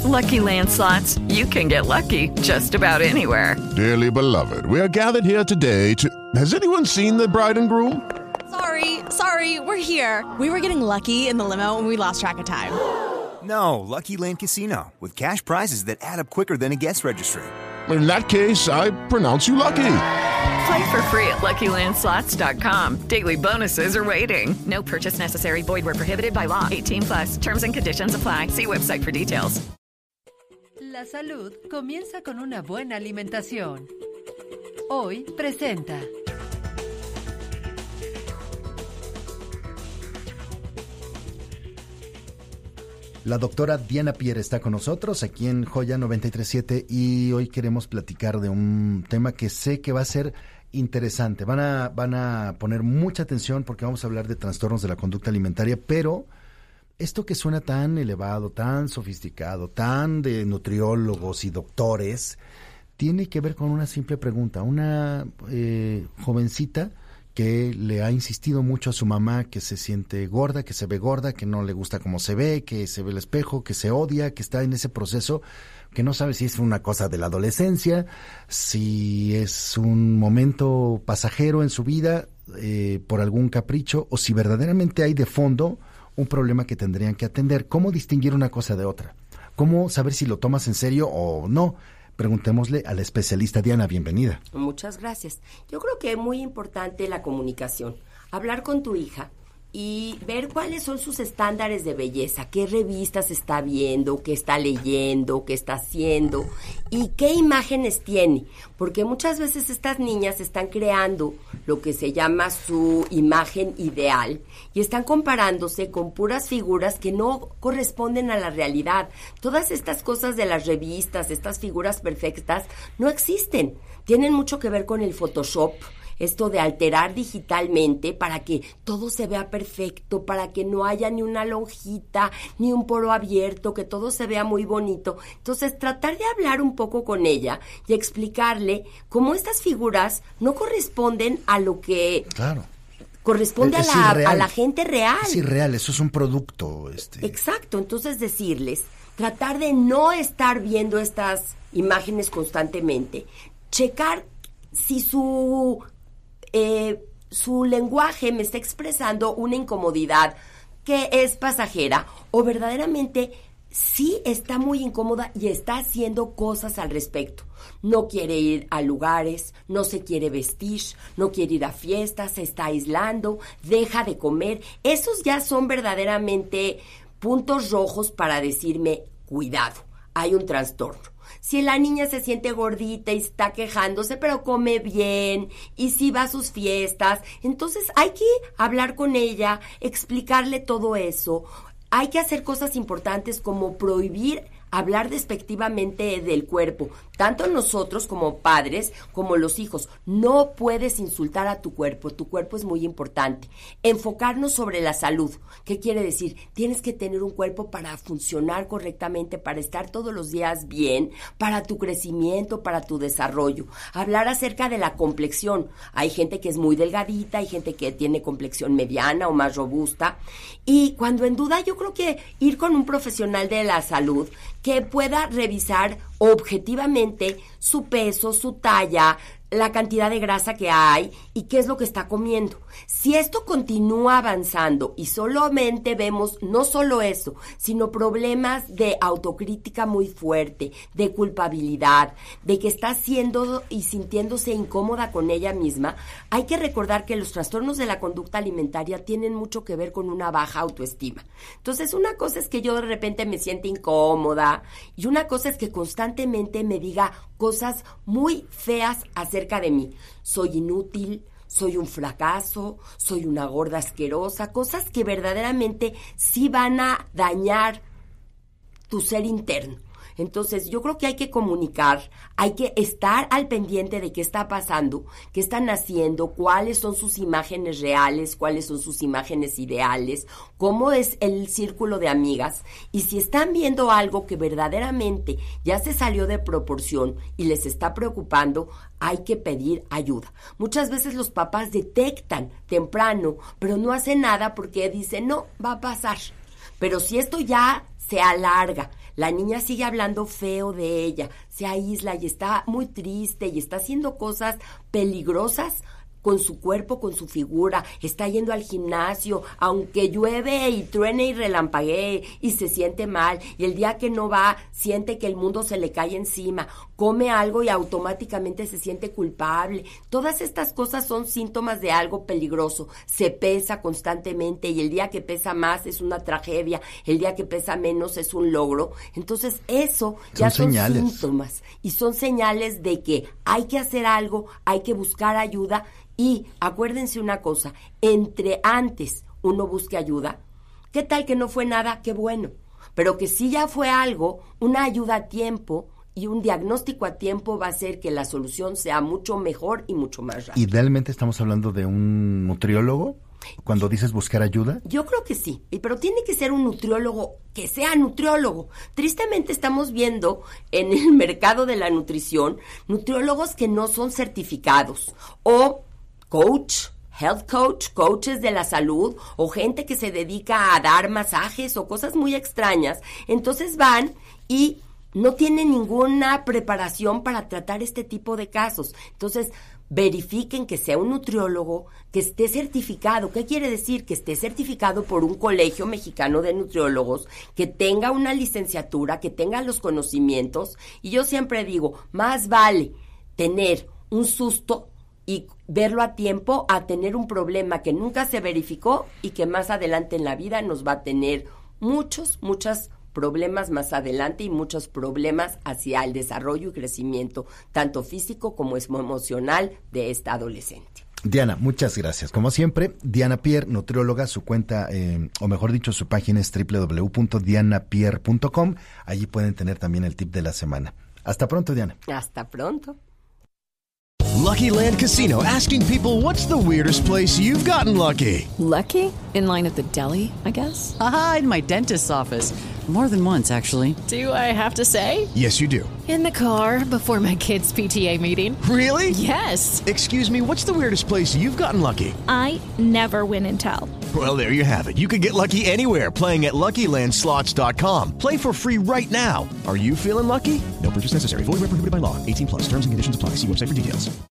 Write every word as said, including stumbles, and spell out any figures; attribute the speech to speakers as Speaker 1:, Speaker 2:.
Speaker 1: Lucky Land Slots, you can get lucky just about anywhere.
Speaker 2: Dearly beloved, we are gathered here today to... Has anyone seen the bride and groom?
Speaker 3: Sorry, sorry, we're here. We were getting lucky in the limo and we lost track of time.
Speaker 4: No, Lucky Land Casino, with cash prizes that add up quicker than a guest registry.
Speaker 2: In that case, I pronounce you lucky.
Speaker 1: Play for free at Lucky Land Slots dot com. Daily bonuses are waiting. No purchase necessary. Void where prohibited by law. eighteen plus. Terms and conditions apply. See website for details.
Speaker 5: La salud comienza con una buena alimentación. Hoy presenta...
Speaker 6: La doctora Diana Pierre está con nosotros aquí en Joya noventa y tres punto siete y hoy queremos platicar de un tema que sé que va a ser interesante. Van a, van a poner mucha atención porque vamos a hablar de trastornos de la conducta alimentaria, pero esto que suena tan elevado, tan sofisticado, tan de nutriólogos y doctores, tiene que ver con una simple pregunta. Una eh, jovencita que le ha insistido mucho a su mamá que se siente gorda, que se ve gorda, que no le gusta cómo se ve, que se ve el espejo, que se odia, que está en ese proceso, que no sabe si es una cosa de la adolescencia, si es un momento pasajero en su vida eh, por algún capricho, o si verdaderamente hay de fondo un problema que tendrían que atender. ¿Cómo distinguir una cosa de otra? ¿Cómo saber si lo tomas en serio o no? Preguntémosle a la especialista. Diana, bienvenida.
Speaker 7: Muchas gracias. Yo creo que es muy importante la comunicación. Hablar con tu hija y ver cuáles son sus estándares de belleza, qué revistas está viendo, qué está leyendo, qué está haciendo y qué imágenes tiene. Porque muchas veces estas niñas están creando lo que se llama su imagen ideal y están comparándose con puras figuras que no corresponden a la realidad. Todas estas cosas de las revistas, estas figuras perfectas, no existen. Tienen mucho que ver con el Photoshop, esto de alterar digitalmente para que todo se vea perfecto, para que no haya ni una lonjita, ni un poro abierto, que todo se vea muy bonito. Entonces, tratar de hablar un poco con ella y explicarle cómo estas figuras no corresponden a lo que... Claro. Corresponde es, a, la, a la gente real.
Speaker 6: Es irreal, eso es un producto. Este.
Speaker 7: Exacto, entonces decirles, tratar de no estar viendo estas imágenes constantemente, checar si su... Eh, su lenguaje me está expresando una incomodidad que es pasajera o verdaderamente sí está muy incómoda y está haciendo cosas al respecto. No quiere ir a lugares, no se quiere vestir, no quiere ir a fiestas, se está aislando, deja de comer. Esos ya son verdaderamente puntos rojos para decirme, cuidado, hay un trastorno. Si la niña se siente gordita y está quejándose, pero come bien, y si va a sus fiestas, entonces hay que hablar con ella, explicarle todo eso. Hay que hacer cosas importantes como prohibir hablar despectivamente del cuerpo, tanto nosotros como padres, como los hijos. No puedes insultar a tu cuerpo, tu cuerpo es muy importante. Enfocarnos sobre la salud. ¿Qué quiere decir? Tienes que tener un cuerpo para funcionar correctamente, para estar todos los días bien, para tu crecimiento, para tu desarrollo. Hablar acerca de la complexión. Hay gente que es muy delgadita, hay gente que tiene complexión mediana o más robusta. Y cuando en duda, yo creo que ir con un profesional de la salud que pueda revisar objetivamente su peso, su talla, la cantidad de grasa que hay y qué es lo que está comiendo. Si esto continúa avanzando y solamente vemos no solo eso, sino problemas de autocrítica muy fuerte, de culpabilidad, de que está haciendo y sintiéndose incómoda con ella misma, hay que recordar que los trastornos de la conducta alimentaria tienen mucho que ver con una baja autoestima. Entonces, una cosa es que yo de repente me siente incómoda y una cosa es que constantemente me diga cosas muy feas acerca de mí. Soy inútil, soy un fracaso, soy una gorda asquerosa, cosas que verdaderamente sí van a dañar tu ser interno. Entonces, yo creo que hay que comunicar, hay que estar al pendiente de qué está pasando, qué están haciendo, cuáles son sus imágenes reales, cuáles son sus imágenes ideales, cómo es el círculo de amigas. Y si están viendo algo que verdaderamente ya se salió de proporción y les está preocupando, hay que pedir ayuda. Muchas veces los papás detectan temprano, pero no hacen nada porque dicen, no, va a pasar. Pero si esto ya se alarga, la niña sigue hablando feo de ella, se aísla y está muy triste y está haciendo cosas peligrosas con su cuerpo, con su figura, está yendo al gimnasio, aunque llueve y truene y relampaguee y se siente mal, y el día que no va, siente que el mundo se le cae encima, come algo y automáticamente se siente culpable. Todas estas cosas son síntomas de algo peligroso. Se pesa constantemente y el día que pesa más es una tragedia, el día que pesa menos es un logro. Entonces eso ya son, son señales. Síntomas y son señales de que hay que hacer algo, hay que buscar ayuda. Y acuérdense una cosa, entre antes uno busque ayuda, ¿qué tal que no fue nada? Qué bueno. Pero que si ya fue algo, una ayuda a tiempo y un diagnóstico a tiempo va a hacer que la solución sea mucho mejor y mucho más rápida.
Speaker 6: ¿Idealmente estamos hablando de un nutriólogo cuando dices buscar ayuda?
Speaker 7: Yo creo que sí, pero tiene que ser un nutriólogo que sea nutriólogo. Tristemente estamos viendo en el mercado de la nutrición nutriólogos que no son certificados o coach, health coach, coaches de la salud o gente que se dedica a dar masajes o cosas muy extrañas. Entonces van y no tienen ninguna preparación para tratar este tipo de casos. Entonces, verifiquen que sea un nutriólogo que esté certificado. ¿Qué quiere decir? Que esté certificado por un colegio mexicano de nutriólogos, que tenga una licenciatura, que tenga los conocimientos. Y yo siempre digo, más vale tener un susto y verlo a tiempo a tener un problema que nunca se verificó y que más adelante en la vida nos va a tener muchos, muchos problemas más adelante y muchos problemas hacia el desarrollo y crecimiento, tanto físico como emocional de esta adolescente.
Speaker 6: Diana, muchas gracias. Como siempre, Diana Pierre, nutrióloga, su cuenta, eh, o mejor dicho, su página es doble u doble u doble u punto diana pierre punto com. Allí pueden tener también el tip de la semana. Hasta pronto, Diana.
Speaker 7: Hasta pronto.
Speaker 8: Lucky Land Casino, asking people, what's the weirdest place you've gotten lucky?
Speaker 9: Lucky? In line at the deli, I guess?
Speaker 10: Aha, in my dentist's office. More than once, actually.
Speaker 9: Do I have to say?
Speaker 8: Yes, you do.
Speaker 9: In the car before my kids' P T A meeting.
Speaker 8: Really?
Speaker 9: Yes.
Speaker 8: Excuse me, what's the weirdest place you've gotten lucky?
Speaker 11: I never win and tell.
Speaker 8: Well, there you have it. You can get lucky anywhere, playing at Lucky Land Slots dot com. Play for free right now. Are you feeling lucky? No purchase necessary. Void where prohibited by law. eighteen plus. Terms and conditions apply. See website for details.